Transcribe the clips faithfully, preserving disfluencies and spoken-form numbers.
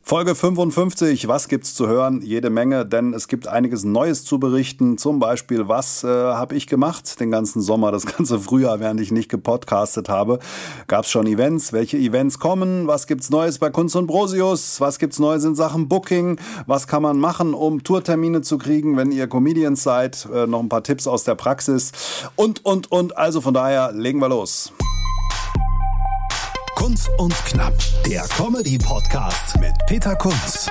Folge fünfundfünfzig, was gibt's zu hören? Jede Menge, denn es gibt einiges Neues zu berichten. Zum Beispiel, was äh, habe ich gemacht den ganzen Sommer, das ganze Frühjahr, während ich nicht gepodcastet habe. Gab's schon Events? Welche Events kommen? Was gibt's Neues bei Kunz und Brosius? Was gibt's Neues in Sachen Booking? Was kann man machen, um Tourtermine zu kriegen, wenn ihr Comedians seid? Äh, noch ein paar Tipps aus der Praxis und, und, und. Also von daher, legen wir los. Kunz und Knapp, der Comedy-Podcast mit Peter Kunz.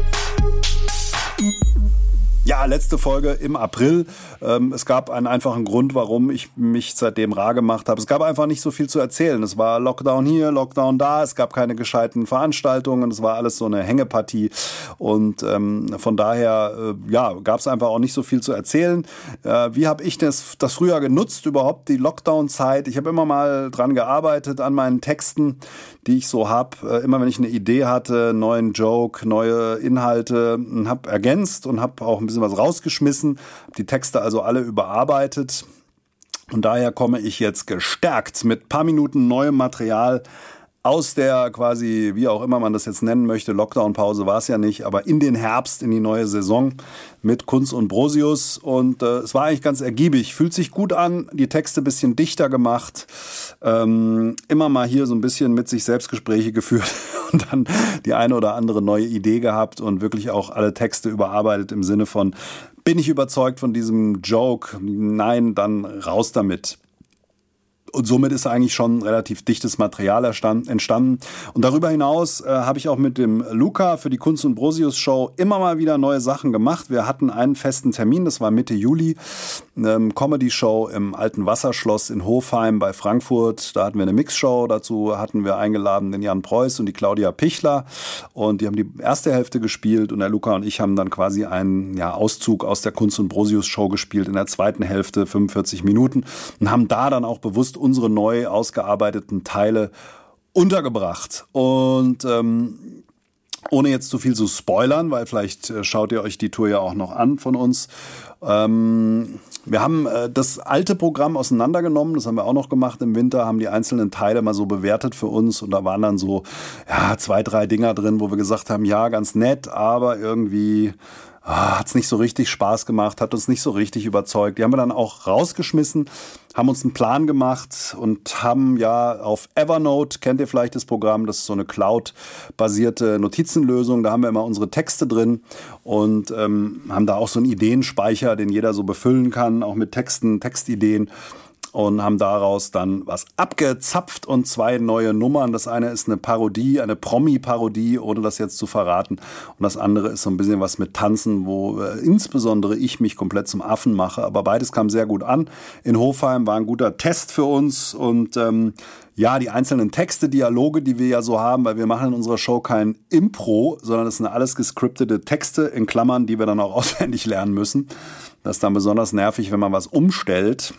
Ja, letzte Folge im April. Ähm, es gab einen einfachen Grund, warum ich mich seitdem rar gemacht habe. Es gab einfach nicht so viel zu erzählen. Es war Lockdown hier, Lockdown da. Es gab keine gescheiten Veranstaltungen. Es war alles so eine Hängepartie. Und ähm, von daher äh, ja, gab es einfach auch nicht so viel zu erzählen. Äh, wie habe ich das, das Frühjahr genutzt, überhaupt die Lockdown-Zeit? Ich habe immer mal dran gearbeitet, an meinen Texten, die ich so habe. Äh, immer wenn ich eine Idee hatte, neuen Joke, neue Inhalte, habe ergänzt und habe auch ein bisschen was rausgeschmissen, habe die Texte also alle überarbeitet und daher komme ich jetzt gestärkt mit paar Minuten neuem Material aus der quasi, wie auch immer man das jetzt nennen möchte, Lockdown-Pause war es ja nicht, aber in den Herbst, in die neue Saison mit Kunz und Brosius und äh, es war eigentlich ganz ergiebig, fühlt sich gut an, die Texte ein bisschen dichter gemacht, ähm, immer mal hier so ein bisschen mit sich selbst Gespräche geführt und dann die eine oder andere neue Idee gehabt und wirklich auch alle Texte überarbeitet im Sinne von, bin ich überzeugt von diesem Joke? Nein, dann raus damit. Und somit ist eigentlich schon relativ dichtes Material entstanden. Und darüber hinaus äh, habe ich auch mit dem Luca für die Kunz und Brosius Show immer mal wieder neue Sachen gemacht. Wir hatten einen festen Termin, das war Mitte Juli, eine Comedy-Show im Alten Wasserschloss in Hofheim bei Frankfurt. Da hatten wir eine Mixshow, dazu hatten wir eingeladen den Jan Preuß und die Claudia Pichler. Und die haben die erste Hälfte gespielt und der Luca und ich haben dann quasi einen ja, Auszug aus der Kunz und Brosius Show gespielt in der zweiten Hälfte, fünfundvierzig Minuten. Und haben da dann auch bewusst unsere neu ausgearbeiteten Teile untergebracht. Und ähm, ohne jetzt zu viel zu spoilern, weil vielleicht äh, schaut ihr euch die Tour ja auch noch an von uns. Ähm, wir haben äh, das alte Programm auseinandergenommen, das haben wir auch noch gemacht im Winter, haben die einzelnen Teile mal so bewertet für uns und da waren dann so ja, zwei, drei Dinger drin, wo wir gesagt haben, ja, ganz nett, aber irgendwie Ah, hat's nicht so richtig Spaß gemacht, hat uns nicht so richtig überzeugt. Die haben wir dann auch rausgeschmissen, haben uns einen Plan gemacht und haben ja auf Evernote, kennt ihr vielleicht das Programm, das ist so eine Cloud-basierte Notizenlösung, da haben wir immer unsere Texte drin und ähm, haben da auch so einen Ideenspeicher, den jeder so befüllen kann, auch mit Texten, Textideen. Und haben daraus dann was abgezapft und zwei neue Nummern. Das eine ist eine Parodie, eine Promi-Parodie, ohne das jetzt zu verraten. Und das andere ist so ein bisschen was mit Tanzen, wo äh, insbesondere ich mich komplett zum Affen mache. Aber beides kam sehr gut an. In Hofheim war ein guter Test für uns. Und ähm, ja, die einzelnen Texte, Dialoge, die wir ja so haben, weil wir machen in unserer Show kein Impro, sondern es sind alles gescriptete Texte in Klammern, die wir dann auch auswendig lernen müssen. Das ist dann besonders nervig, wenn man was umstellt.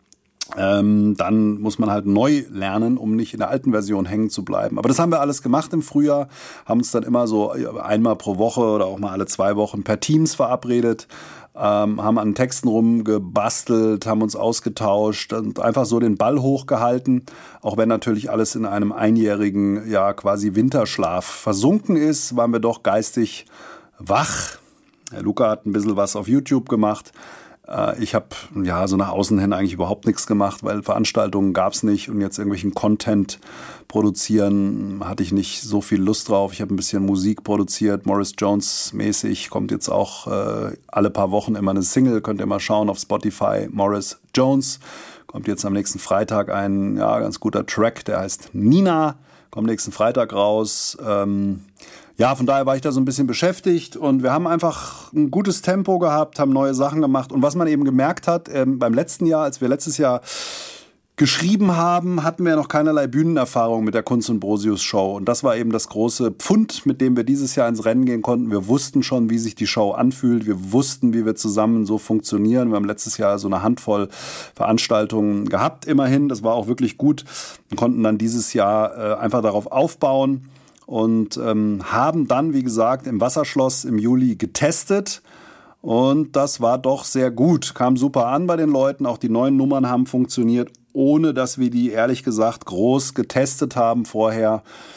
Ähm, dann muss man halt neu lernen, um nicht in der alten Version hängen zu bleiben. Aber das haben wir alles gemacht im Frühjahr, haben uns dann immer so einmal pro Woche oder auch mal alle zwei Wochen per Teams verabredet, ähm, haben an Texten rumgebastelt, haben uns ausgetauscht und einfach so den Ball hochgehalten, auch wenn natürlich alles in einem einjährigen, ja quasi Winterschlaf versunken ist, waren wir doch geistig wach. Der Luca hat ein bisschen was auf YouTube gemacht. Ich habe ja so nach außen hin eigentlich überhaupt nichts gemacht, weil Veranstaltungen gab es nicht und jetzt irgendwelchen Content produzieren hatte ich nicht so viel Lust drauf. Ich habe ein bisschen Musik produziert, Morris Jones mäßig, kommt jetzt auch äh, alle paar Wochen immer eine Single, könnt ihr mal schauen auf Spotify, Morris Jones. Kommt jetzt am nächsten Freitag ein ja, ganz guter Track, der heißt Nina, kommt nächsten Freitag raus. Ähm, Ja, von daher war ich da so ein bisschen beschäftigt und wir haben einfach ein gutes Tempo gehabt, haben neue Sachen gemacht. Und was man eben gemerkt hat, ähm, beim letzten Jahr, als wir letztes Jahr geschrieben haben, hatten wir noch keinerlei Bühnenerfahrung mit der Kunz und Brosius Show. Und das war eben das große Pfund, mit dem wir dieses Jahr ins Rennen gehen konnten. Wir wussten schon, wie sich die Show anfühlt. Wir wussten, wie wir zusammen so funktionieren. Wir haben letztes Jahr so eine Handvoll Veranstaltungen gehabt, immerhin. Das war auch wirklich gut. Wir konnten dann dieses Jahr äh, einfach darauf aufbauen. Und ähm, haben dann, wie gesagt, im Wasserschloss im Juli getestet. Und das war doch sehr gut. Kam super an bei den Leuten. Auch die neuen Nummern haben funktioniert, ohne dass wir die, ehrlich gesagt, groß getestet haben vorher.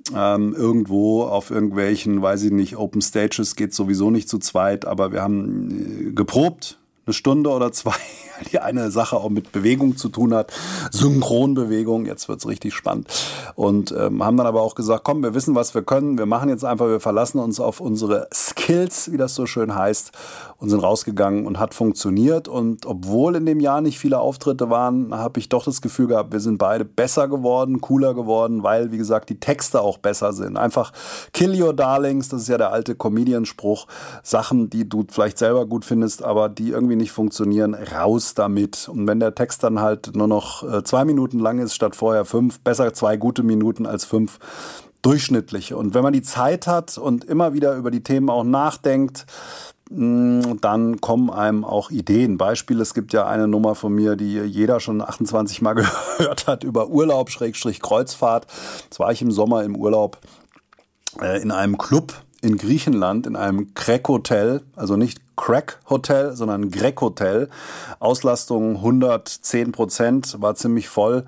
Ähm, irgendwo auf irgendwelchen, weiß ich nicht, Open Stages geht sowieso nicht zu zweit, aber wir haben äh, geprobt, eine Stunde oder zwei, die eine Sache auch mit Bewegung zu tun hat, Synchronbewegung, jetzt wird's richtig spannend. Und ähm, haben dann aber auch gesagt, komm, wir wissen, was wir können, wir machen jetzt einfach, wir verlassen uns auf unsere Skills, wie das so schön heißt, und sind rausgegangen und hat funktioniert. Und obwohl in dem Jahr nicht viele Auftritte waren, habe ich doch das Gefühl gehabt, wir sind beide besser geworden, cooler geworden, weil, wie gesagt, die Texte auch besser sind. Einfach kill your darlings, das ist ja der alte Comedian-Spruch, Sachen, die du vielleicht selber gut findest, aber die irgendwie nicht funktionieren, raus damit. Und wenn der Text dann halt nur noch äh, zwei Minuten lang ist, statt vorher fünf, besser zwei gute Minuten als fünf durchschnittliche. Und wenn man die Zeit hat und immer wieder über die Themen auch nachdenkt, mh, dann kommen einem auch Ideen. Beispiel, es gibt ja eine Nummer von mir, die jeder schon achtundzwanzig Mal gehört hat, über Urlaub, Schrägstrich Kreuzfahrt. Jetzt war ich im Sommer im Urlaub äh, in einem Club in Griechenland, in einem Crack-Hotel, also nicht Crack-Hotel, sondern Grec-Hotel. Auslastung hundertzehn Prozent, war ziemlich voll.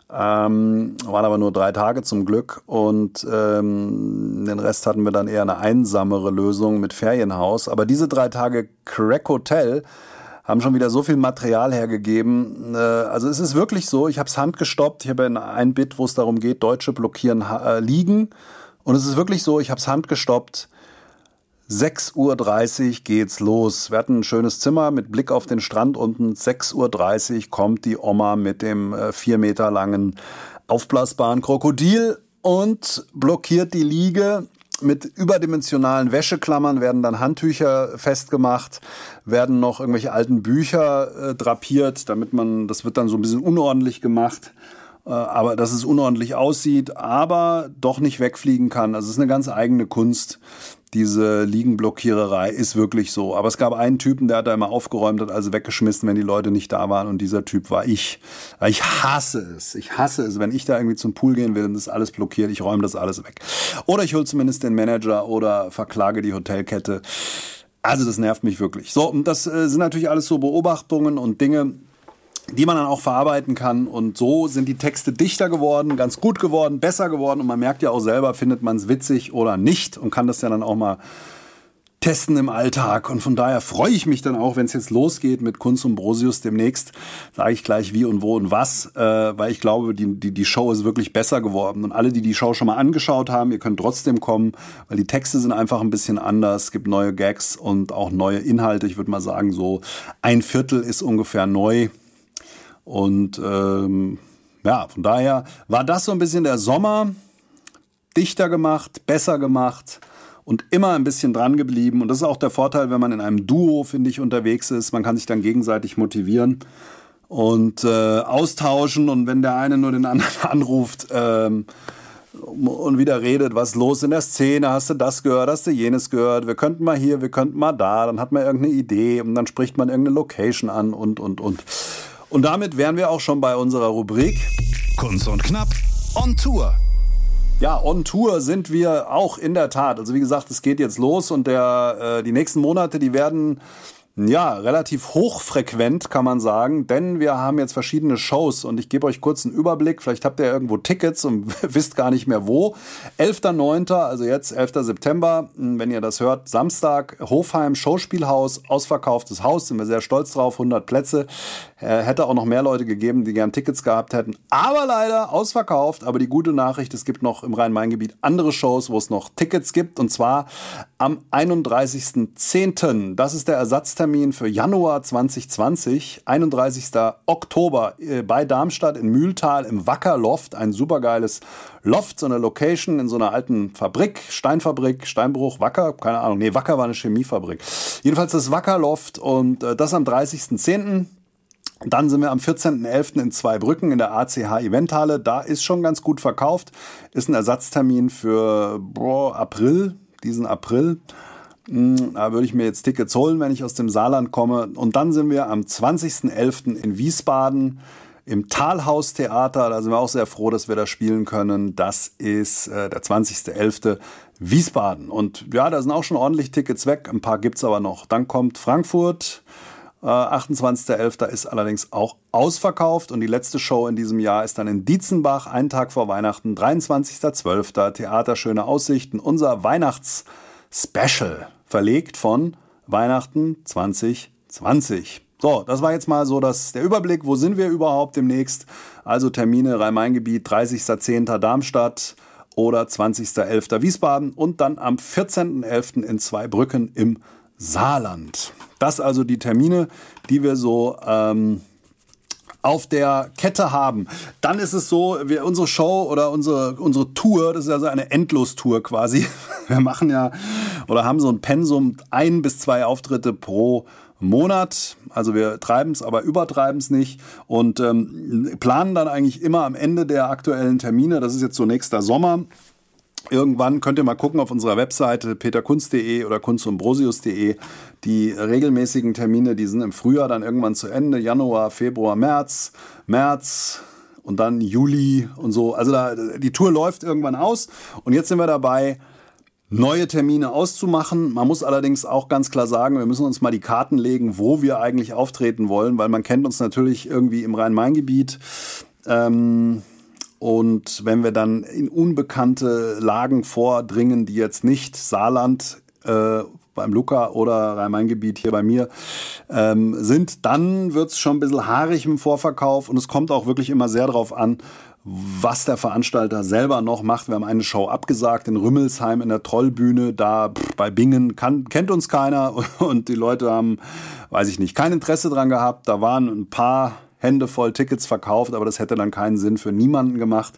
Ähm, waren aber nur drei Tage zum Glück und ähm, den Rest hatten wir dann eher eine einsamere Lösung mit Ferienhaus. Aber diese drei Tage Crack-Hotel haben schon wieder so viel Material hergegeben. Äh, also es ist wirklich so, ich habe es handgestoppt. Ich habe in ein Bit, wo es darum geht, Deutsche blockieren äh, liegen. Und es ist wirklich so, ich habe es handgestoppt. sechs Uhr dreißig geht's los. Wir hatten ein schönes Zimmer mit Blick auf den Strand unten. sechs Uhr dreißig kommt die Oma mit dem äh, vier Meter langen aufblasbaren Krokodil und blockiert die Liege. Mit überdimensionalen Wäscheklammern werden dann Handtücher festgemacht, werden noch irgendwelche alten Bücher äh, drapiert, damit man, das wird dann so ein bisschen unordentlich gemacht. Aber dass es unordentlich aussieht, aber doch nicht wegfliegen kann. Also es ist eine ganz eigene Kunst. Diese Liegenblockiererei ist wirklich so. Aber es gab einen Typen, der hat da immer aufgeräumt, hat also weggeschmissen, wenn die Leute nicht da waren. Und dieser Typ war ich. Ich hasse es. Ich hasse es, wenn ich da irgendwie zum Pool gehen will und das ist alles blockiert. Ich räume das alles weg. Oder ich hole zumindest den Manager oder verklage die Hotelkette. Also das nervt mich wirklich. So, und das sind natürlich alles so Beobachtungen und Dinge, die man dann auch verarbeiten kann. Und so sind die Texte dichter geworden, ganz gut geworden, besser geworden. Und man merkt ja auch selber, findet man es witzig oder nicht und kann das ja dann auch mal testen im Alltag. Und von daher freue ich mich dann auch, wenn es jetzt losgeht mit Kunz und Brosius demnächst. Sage ich gleich wie und wo und was, äh, weil ich glaube, die, die, die Show ist wirklich besser geworden. Und alle, die die Show schon mal angeschaut haben, ihr könnt trotzdem kommen, weil die Texte sind einfach ein bisschen anders. Es gibt neue Gags und auch neue Inhalte. Ich würde mal sagen, so ein Viertel ist ungefähr neu. Und ähm, ja, von daher war das so ein bisschen der Sommer, dichter gemacht, besser gemacht und immer ein bisschen dran geblieben. Und das ist auch der Vorteil, wenn man in einem Duo, finde ich, unterwegs ist. Man kann sich dann gegenseitig motivieren und äh, austauschen. Und wenn der eine nur den anderen anruft ähm, und wieder redet, was ist los in der Szene, hast du das gehört, hast du jenes gehört, wir könnten mal hier, wir könnten mal da, dann hat man irgendeine Idee und dann spricht man irgendeine Location an und, und, und. Und damit wären wir auch schon bei unserer Rubrik Kunz und Knapp on Tour. Ja, on Tour sind wir auch in der Tat. Also wie gesagt, es geht jetzt los und der, äh, die nächsten Monate, die werden ja relativ hochfrequent, kann man sagen, denn wir haben jetzt verschiedene Shows und ich gebe euch kurz einen Überblick. Vielleicht habt ihr ja irgendwo Tickets und wisst gar nicht mehr wo. elfter neunter, also jetzt elfter September, wenn ihr das hört, Samstag, Hofheim, Schauspielhaus, ausverkauftes Haus, sind wir sehr stolz drauf, hundert Plätze. Äh, hätte auch noch mehr Leute gegeben, die gern Tickets gehabt hätten, aber leider ausverkauft. Aber die gute Nachricht, es gibt noch im Rhein-Main-Gebiet andere Shows, wo es noch Tickets gibt und zwar am einunddreißigsten zehnten Das ist der Ersatztermin für Januar zwanzig zwanzig. einunddreißigsten Oktober äh, bei Darmstadt in Mühltal im Wacker Loft. Ein supergeiles Loft, so eine Location in so einer alten Fabrik, Steinfabrik, Steinbruch, Wacker, keine Ahnung. Nee, Wacker war eine Chemiefabrik. Jedenfalls das Wacker Loft und äh, das am dreißigsten zehnten Dann sind wir am vierzehnten elften in Zweibrücken in der A C H Eventhalle. Da ist schon ganz gut verkauft. Ist ein Ersatztermin für boah, April, diesen April. Da würde ich mir jetzt Tickets holen, wenn ich aus dem Saarland komme. Und dann sind wir am zwanzigsten elften in Wiesbaden im Talhaus-Theater. Da sind wir auch sehr froh, dass wir da spielen können. Das ist äh, der zwanzigsten elften Wiesbaden. Und ja, da sind auch schon ordentlich Tickets weg. Ein paar gibt's aber noch. Dann kommt Frankfurt Äh, achtundzwanzigster elfter ist allerdings auch ausverkauft und die letzte Show in diesem Jahr ist dann in Dietzenbach, einen Tag vor Weihnachten, dreiundzwanzigster zwölfter Theater Schöne Aussichten, unser Weihnachts-Special, verlegt von Weihnachten zwanzig zwanzig. So, das war jetzt mal so das, der Überblick, wo sind wir überhaupt demnächst? Also Termine Rhein-Main-Gebiet, dreißigster zehnter Darmstadt oder zwanzigster elfter Wiesbaden und dann am vierzehnten elften in Zweibrücken im Saarland. Das also die Termine, die wir so ähm, auf der Kette haben. Dann ist es so, wir, unsere Show oder unsere, unsere Tour, das ist also eine Endlostour quasi. Wir machen ja oder haben so ein Pensum, ein bis zwei Auftritte pro Monat. Also wir treiben es, aber übertreiben es nicht und ähm, planen dann eigentlich immer am Ende der aktuellen Termine, das ist jetzt so nächster Sommer. Irgendwann könnt ihr mal gucken auf unserer Webseite peterkunz punkt de oder kunzumbrosius punkt de. Die regelmäßigen Termine, die sind im Frühjahr dann irgendwann zu Ende. Januar, Februar, März, März und dann Juli und so. Also da, die Tour läuft irgendwann aus und jetzt sind wir dabei, neue Termine auszumachen. Man muss allerdings auch ganz klar sagen, wir müssen uns mal die Karten legen, wo wir eigentlich auftreten wollen, weil man kennt uns natürlich irgendwie im Rhein-Main-Gebiet. Ähm... Und wenn wir dann in unbekannte Lagen vordringen, die jetzt nicht Saarland äh, beim Luca oder Rhein-Main-Gebiet hier bei mir ähm, sind, dann wird's schon ein bisschen haarig im Vorverkauf. Und es kommt auch wirklich immer sehr darauf an, was der Veranstalter selber noch macht. Wir haben eine Show abgesagt in Rümmelsheim in der Trollbühne, da pff, bei Bingen, kann, kennt uns keiner. Und die Leute haben, weiß ich nicht, kein Interesse dran gehabt. Da waren ein paar Hände voll Tickets verkauft, aber das hätte dann keinen Sinn für niemanden gemacht.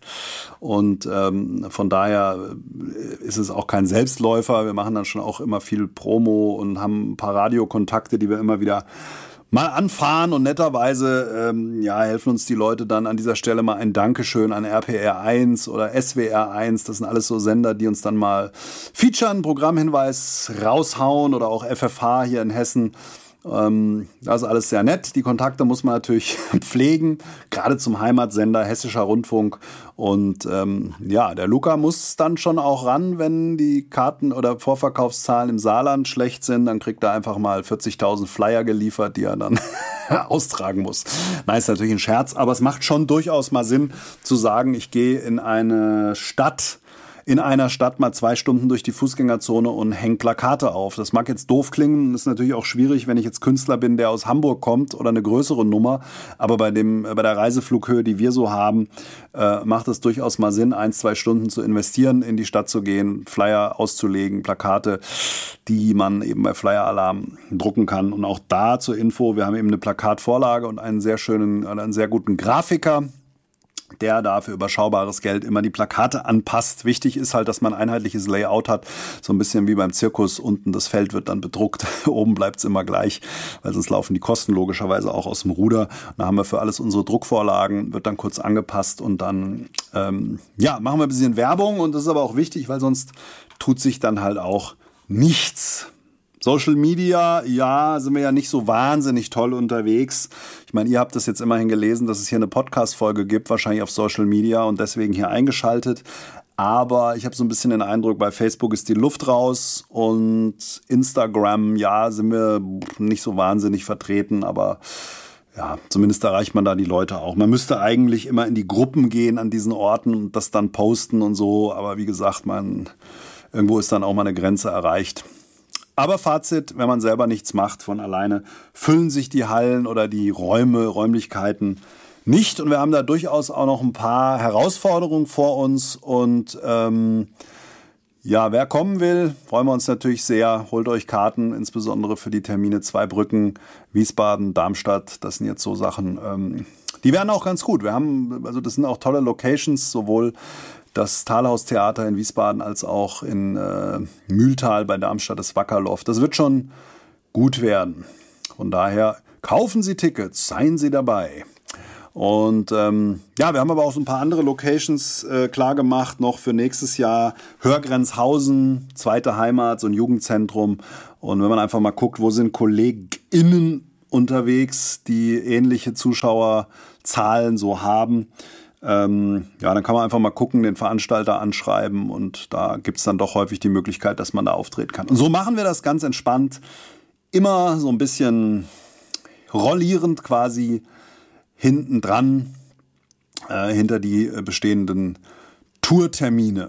Und ähm, von daher ist es auch kein Selbstläufer. Wir machen dann schon auch immer viel Promo und haben ein paar Radiokontakte, die wir immer wieder mal anfahren. Und netterweise ähm, ja, helfen uns die Leute dann an dieser Stelle mal ein Dankeschön an R P R eins oder S W R eins. Das sind alles so Sender, die uns dann mal featuren, Programmhinweis raushauen oder auch F F H hier in Hessen. Ähm, das ist alles sehr nett. Die Kontakte muss man natürlich pflegen, gerade zum Heimatsender Hessischer Rundfunk. Und ähm, ja, der Luca muss dann schon auch ran, wenn die Karten- oder Vorverkaufszahlen im Saarland schlecht sind. Dann kriegt er einfach mal vierzigtausend Flyer geliefert, die er dann austragen muss. Nein, ist natürlich ein Scherz, aber es macht schon durchaus mal Sinn zu sagen, ich gehe in eine Stadt, in einer Stadt mal zwei Stunden durch die Fußgängerzone und hängt Plakate auf. Das mag jetzt doof klingen, ist natürlich auch schwierig, wenn ich jetzt Künstler bin, der aus Hamburg kommt oder eine größere Nummer. Aber bei dem, bei der Reiseflughöhe, die wir so haben, äh, macht es durchaus mal Sinn, ein, zwei Stunden zu investieren, in die Stadt zu gehen, Flyer auszulegen, Plakate, die man eben bei Flyer Alarm drucken kann. Und auch da zur Info, wir haben eben eine Plakatvorlage und einen sehr schönen, einen sehr guten Grafiker, der da für überschaubares Geld immer die Plakate anpasst. Wichtig ist halt, dass man ein einheitliches Layout hat, so ein bisschen wie beim Zirkus. Unten das Feld wird dann bedruckt, oben bleibt's immer gleich, weil sonst laufen die Kosten logischerweise auch aus dem Ruder. Da haben wir für alles unsere Druckvorlagen, wird dann kurz angepasst und dann ähm, ja, machen wir ein bisschen Werbung und das ist aber auch wichtig, weil sonst tut sich dann halt auch nichts. Social Media, ja, sind wir ja nicht so wahnsinnig toll unterwegs. Ich meine, ihr habt das jetzt immerhin gelesen, dass es hier eine Podcast-Folge gibt, wahrscheinlich auf Social Media und deswegen hier eingeschaltet. Aber ich habe so ein bisschen den Eindruck, bei Facebook ist die Luft raus und Instagram, ja, sind wir nicht so wahnsinnig vertreten, aber ja, zumindest erreicht man da die Leute auch. Man müsste eigentlich immer in die Gruppen gehen an diesen Orten und das dann posten und so, aber wie gesagt, man, irgendwo ist dann auch mal eine Grenze erreicht. Aber Fazit, wenn man selber nichts macht von alleine, füllen sich die Hallen oder die Räume, Räumlichkeiten nicht. Und wir haben da durchaus auch noch ein paar Herausforderungen vor uns. Und ähm, ja, wer kommen will, freuen wir uns natürlich sehr. Holt euch Karten, insbesondere für die Termine Zweibrücken, Wiesbaden, Darmstadt. Das sind jetzt so Sachen, ähm, die werden auch ganz gut. Wir haben, also das sind auch tolle Locations, sowohl das Talhaustheater in Wiesbaden als auch in äh, Mühltal bei Darmstadt, das Wackerloft. Das wird schon gut werden. Von daher kaufen Sie Tickets, seien Sie dabei. Und ähm, ja, wir haben aber auch so ein paar andere Locations äh, klar gemacht, noch für nächstes Jahr. Hörgrenzhausen, zweite Heimat, so ein Jugendzentrum. Und wenn man einfach mal guckt, wo sind KollegInnen unterwegs, die ähnliche Zuschauerzahlen so haben, Ähm, ja, dann kann man einfach mal gucken, den Veranstalter anschreiben und da gibt's dann doch häufig die Möglichkeit, dass man da auftreten kann. Und so machen wir das ganz entspannt. Immer so ein bisschen, rollierend quasi hinten dran, äh, hinter die äh, bestehenden Tourtermine.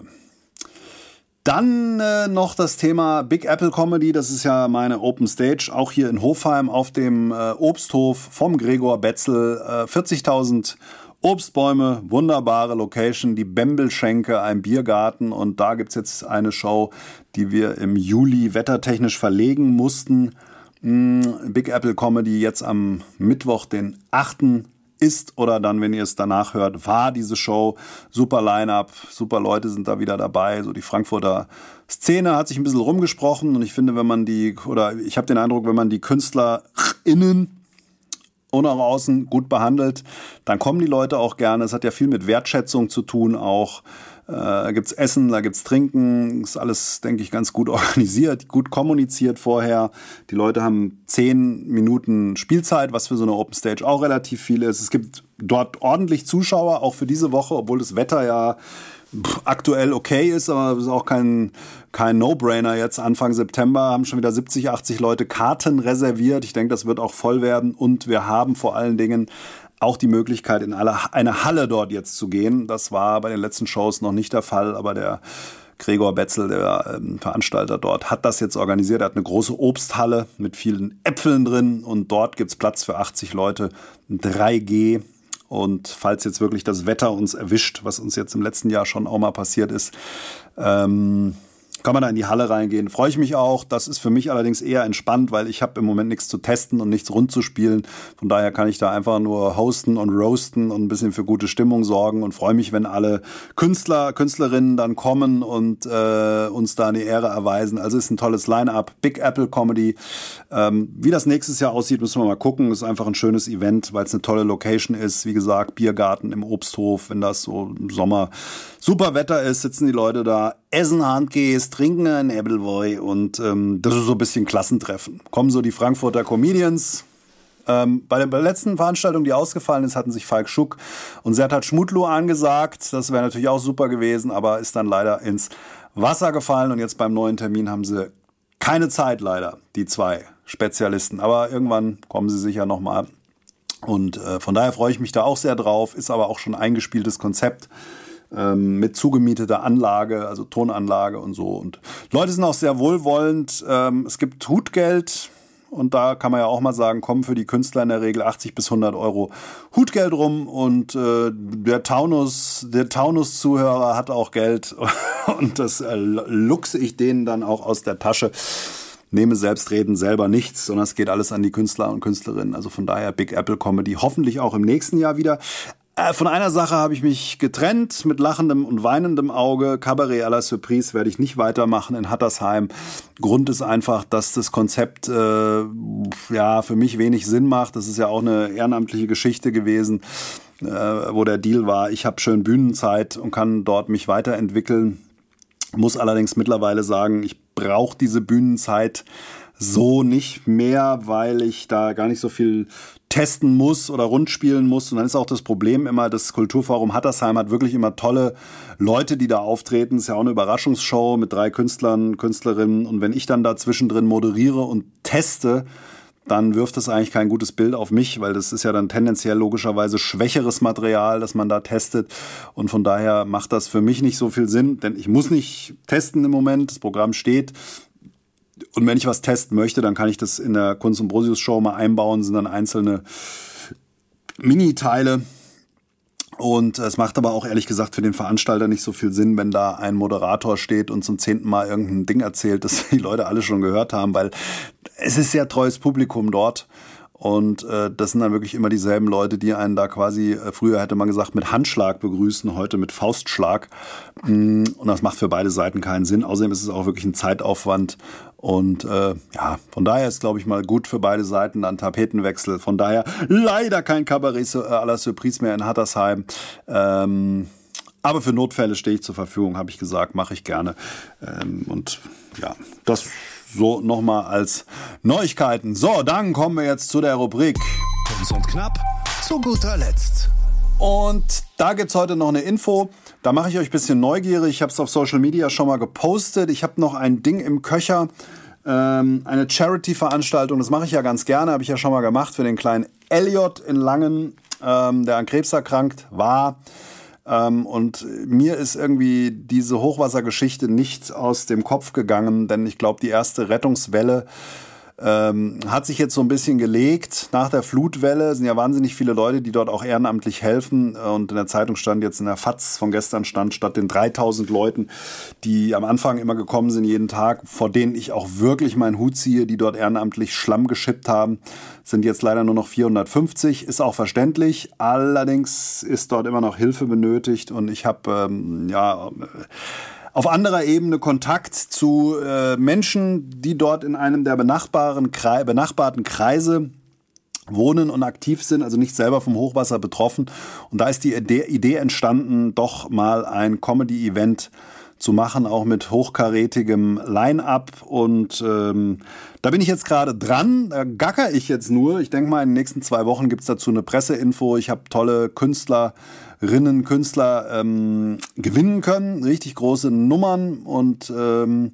Dann äh, noch das Thema Big Apple Comedy, das ist ja meine Open Stage, auch hier in Hofheim auf dem äh, Obsthof vom Gregor Betzel, äh, vierzigtausend Obstbäume, wunderbare Location, die Bembelschenke, ein Biergarten, und da gibt's jetzt eine Show, die wir im Juli wettertechnisch verlegen mussten. Mm, Big Apple Comedy jetzt am Mittwoch, den achten ist oder dann, wenn ihr es danach hört, war diese Show. Super Line-Up, super Leute sind da wieder dabei. So die Frankfurter Szene hat sich ein bisschen rumgesprochen, und ich finde, wenn man die, oder ich habe den Eindruck, wenn man die KünstlerInnen und auch außen gut behandelt, dann kommen die Leute auch gerne. Es hat ja viel mit Wertschätzung zu tun auch. Äh, da gibt's Essen, da gibt's Trinken. Ist alles, denke ich, ganz gut organisiert, gut kommuniziert vorher. Die Leute haben zehn Minuten Spielzeit, was für so eine Open Stage auch relativ viel ist. Es gibt dort ordentlich Zuschauer, auch für diese Woche, obwohl das Wetter ja aktuell okay ist, aber es ist auch kein, kein No-Brainer jetzt. Anfang September haben schon wieder siebzig, achtzig Leute Karten reserviert. Ich denke, das wird auch voll werden, und wir haben vor allen Dingen auch die Möglichkeit, in eine Halle dort jetzt zu gehen. Das war bei den letzten Shows noch nicht der Fall, aber der Gregor Betzel, der ähm, Veranstalter dort, hat das jetzt organisiert. Er hat eine große Obsthalle mit vielen Äpfeln drin, und dort gibt's Platz für achtzig Leute, drei G. Und falls jetzt wirklich das Wetter uns erwischt, was uns jetzt im letzten Jahr schon auch mal passiert ist, ähm, kann man da in die Halle reingehen. Freue ich mich auch. Das ist für mich allerdings eher entspannt, weil ich habe im Moment nichts zu testen und nichts rund zu spielen. Von daher kann ich da einfach nur hosten und roasten und ein bisschen für gute Stimmung sorgen, und freue mich, wenn alle Künstler, Künstlerinnen dann kommen und äh, uns da eine Ehre erweisen. Also ist ein tolles Line-Up. Big Apple Comedy. Ähm, wie das nächstes Jahr aussieht, müssen wir mal gucken. Ist einfach ein schönes Event, weil es eine tolle Location ist. Wie gesagt, Biergarten im Obsthof. Wenn das so im Sommer super Wetter ist, sitzen die Leute da, essen Handkäse, trinken ein Appleboy, und ähm, das ist so ein bisschen Klassentreffen. Kommen so die Frankfurter Comedians. Ähm, bei der, bei der letzten Veranstaltung, die ausgefallen ist, hatten sich Falk Schuck und Sertac Mutlu angesagt. Das wäre natürlich auch super gewesen, aber ist dann leider ins Wasser gefallen, und jetzt beim neuen Termin haben sie keine Zeit leider, die zwei Spezialisten. Aber irgendwann kommen sie sicher nochmal, und äh, von daher freue ich mich da auch sehr drauf. Ist aber auch schon ein eingespieltes Konzept mit zugemieteter Anlage, also Tonanlage und so. Und Leute sind auch sehr wohlwollend. Es gibt Hutgeld, und da kann man ja auch mal sagen, kommen für die Künstler in der Regel achtzig bis hundert Euro Hutgeld rum, und äh, der Taunus, der Taunus-Zuhörer hat auch Geld, und das äh, luchse ich denen dann auch aus der Tasche. Nehme selbstredend selber nichts, sondern es geht alles an die Künstler und Künstlerinnen. Also von daher Big Apple Comedy hoffentlich auch im nächsten Jahr wieder. Von einer Sache habe ich mich getrennt, mit lachendem und weinendem Auge. Cabaret à la Surprise werde ich nicht weitermachen in Hattersheim. Grund ist einfach, dass das Konzept äh, ja für mich wenig Sinn macht. Das ist ja auch eine ehrenamtliche Geschichte gewesen, äh, wo der Deal war, ich habe schön Bühnenzeit und kann dort mich weiterentwickeln. Muss allerdings mittlerweile sagen, ich brauche diese Bühnenzeit so nicht mehr, weil ich da gar nicht so viel testen muss oder rundspielen muss. Und dann ist auch das Problem immer, das Kulturforum Hattersheim hat wirklich immer tolle Leute, die da auftreten. Ist ja auch eine Überraschungsshow mit drei Künstlern, Künstlerinnen. Und wenn ich dann da zwischendrin moderiere und teste, dann wirft das eigentlich kein gutes Bild auf mich, weil das ist ja dann tendenziell logischerweise schwächeres Material, das man da testet. Und von daher macht das für mich nicht so viel Sinn, denn ich muss nicht testen im Moment. Das Programm steht. Und wenn ich was testen möchte, dann kann ich das in der Kunst- und Brosius-Show mal einbauen, sind dann einzelne Mini-Teile. Und es macht aber auch ehrlich gesagt für den Veranstalter nicht so viel Sinn, wenn da ein Moderator steht und zum zehnten Mal irgendein Ding erzählt, das die Leute alle schon gehört haben, weil es ist sehr treues Publikum dort. Und äh, das sind dann wirklich immer dieselben Leute, die einen da quasi, äh, früher hätte man gesagt, mit Handschlag begrüßen, heute mit Faustschlag. Mm, und das macht für beide Seiten keinen Sinn. Außerdem ist es auch wirklich ein Zeitaufwand. Und äh, ja, von daher ist, glaube ich, mal gut für beide Seiten dann Tapetenwechsel. Von daher leider kein Cabaret à la Surprise mehr in Hattersheim. Ähm, aber für Notfälle stehe ich zur Verfügung, habe ich gesagt, mache ich gerne. Ähm, und ja, das so nochmal als Neuigkeiten. So, dann kommen wir jetzt zu der Rubrik Kunz und Knapp zu guter Letzt. Und da gibt's heute noch eine Info. Da mache ich euch ein bisschen neugierig. Ich habe es auf Social Media schon mal gepostet. Ich habe noch ein Ding im Köcher. ähm, eine Charity-Veranstaltung. Das mache ich ja ganz gerne, habe ich ja schon mal gemacht für den kleinen Elliot in Langen, ähm, der an Krebs erkrankt war. Ähm, und mir ist irgendwie diese Hochwassergeschichte nicht aus dem Kopf gegangen, denn ich glaube, die erste Rettungswelle Ähm, hat sich jetzt so ein bisschen gelegt. Nach der Flutwelle sind ja wahnsinnig viele Leute, die dort auch ehrenamtlich helfen. Und in der Zeitung stand jetzt, in der F A Z von gestern stand, statt den dreitausend Leuten, die am Anfang immer gekommen sind jeden Tag, vor denen ich auch wirklich meinen Hut ziehe, die dort ehrenamtlich Schlamm geschippt haben, sind jetzt leider nur noch vierhundertfünfzig. Ist auch verständlich. Allerdings ist dort immer noch Hilfe benötigt. Und ich habe, ähm, ja... auf anderer Ebene Kontakt zu äh, Menschen, die dort in einem der benachbarten, Kre- benachbarten Kreise wohnen und aktiv sind, also nicht selber vom Hochwasser betroffen. Und da ist die Idee, Idee entstanden, doch mal ein Comedy-Event zu machen, auch mit hochkarätigem Line-Up. Und ähm, da bin ich jetzt gerade dran, da gacker ich jetzt nur. Ich denke mal, in den nächsten zwei Wochen gibt's dazu eine Presseinfo. Ich habe tolle Künstlerinnen, Künstler ähm, gewinnen können, richtig große Nummern. Und ähm,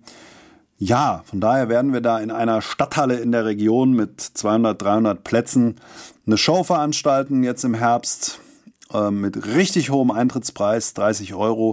ja, von daher werden wir da in einer Stadthalle in der Region mit zweihundert, dreihundert Plätzen eine Show veranstalten, jetzt im Herbst. Mit richtig hohem Eintrittspreis, dreißig Euro,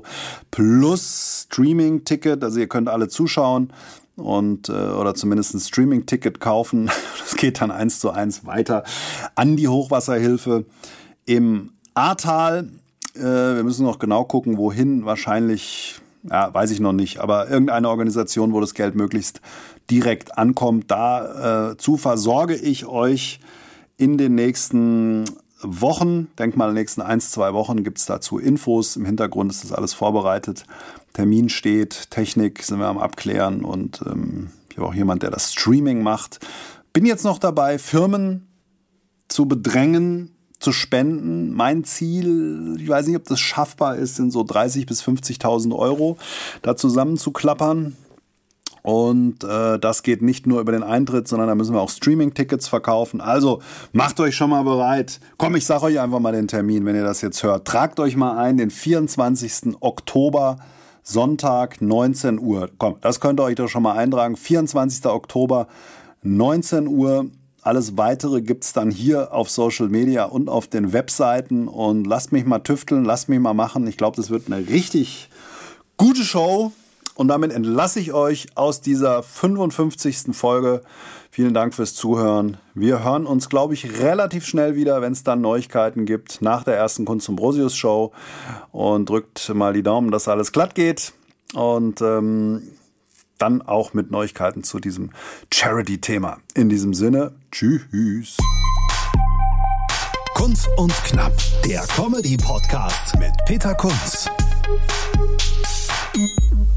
plus Streaming-Ticket. Also ihr könnt alle zuschauen und oder zumindest ein Streaming-Ticket kaufen. Das geht dann eins zu eins weiter an die Hochwasserhilfe im Ahrtal. Wir müssen noch genau gucken, wohin. Wahrscheinlich, ja, weiß ich noch nicht, aber irgendeine Organisation, wo das Geld möglichst direkt ankommt. Dazu äh, versorge ich euch in den nächsten Wochen, denk mal in den nächsten eins, zwei Wochen gibt's dazu Infos. Im Hintergrund ist das alles vorbereitet. Termin steht, Technik sind wir am Abklären und ähm, ich habe auch jemand, der das Streaming macht. Bin jetzt noch dabei, Firmen zu bedrängen, zu spenden. Mein Ziel, ich weiß nicht, ob das schaffbar ist, sind so dreißig bis fünfzigtausend Euro da zusammenzuklappern. Und äh, das geht nicht nur über den Eintritt, sondern da müssen wir auch Streaming-Tickets verkaufen. Also macht euch schon mal bereit. Komm, ich sag euch einfach mal den Termin, wenn ihr das jetzt hört. Tragt euch mal ein, den vierundzwanzigsten Oktober, Sonntag, neunzehn Uhr. Komm, das könnt ihr euch doch schon mal eintragen. vierundzwanzigsten Oktober, neunzehn Uhr. Alles Weitere gibt's dann hier auf Social Media und auf den Webseiten. Und lasst mich mal tüfteln, lasst mich mal machen. Ich glaube, das wird eine richtig gute Show. Und damit entlasse ich euch aus dieser fünfundfünfzigsten Folge. Vielen Dank fürs Zuhören. Wir hören uns, glaube ich, relativ schnell wieder, wenn es dann Neuigkeiten gibt, nach der ersten Kunst Ambrosius Show. Und drückt mal die Daumen, dass alles glatt geht. Und ähm, dann auch mit Neuigkeiten zu diesem Charity-Thema. In diesem Sinne, tschüss. Kunz und Knapp, der Comedy-Podcast mit Peter Kunz.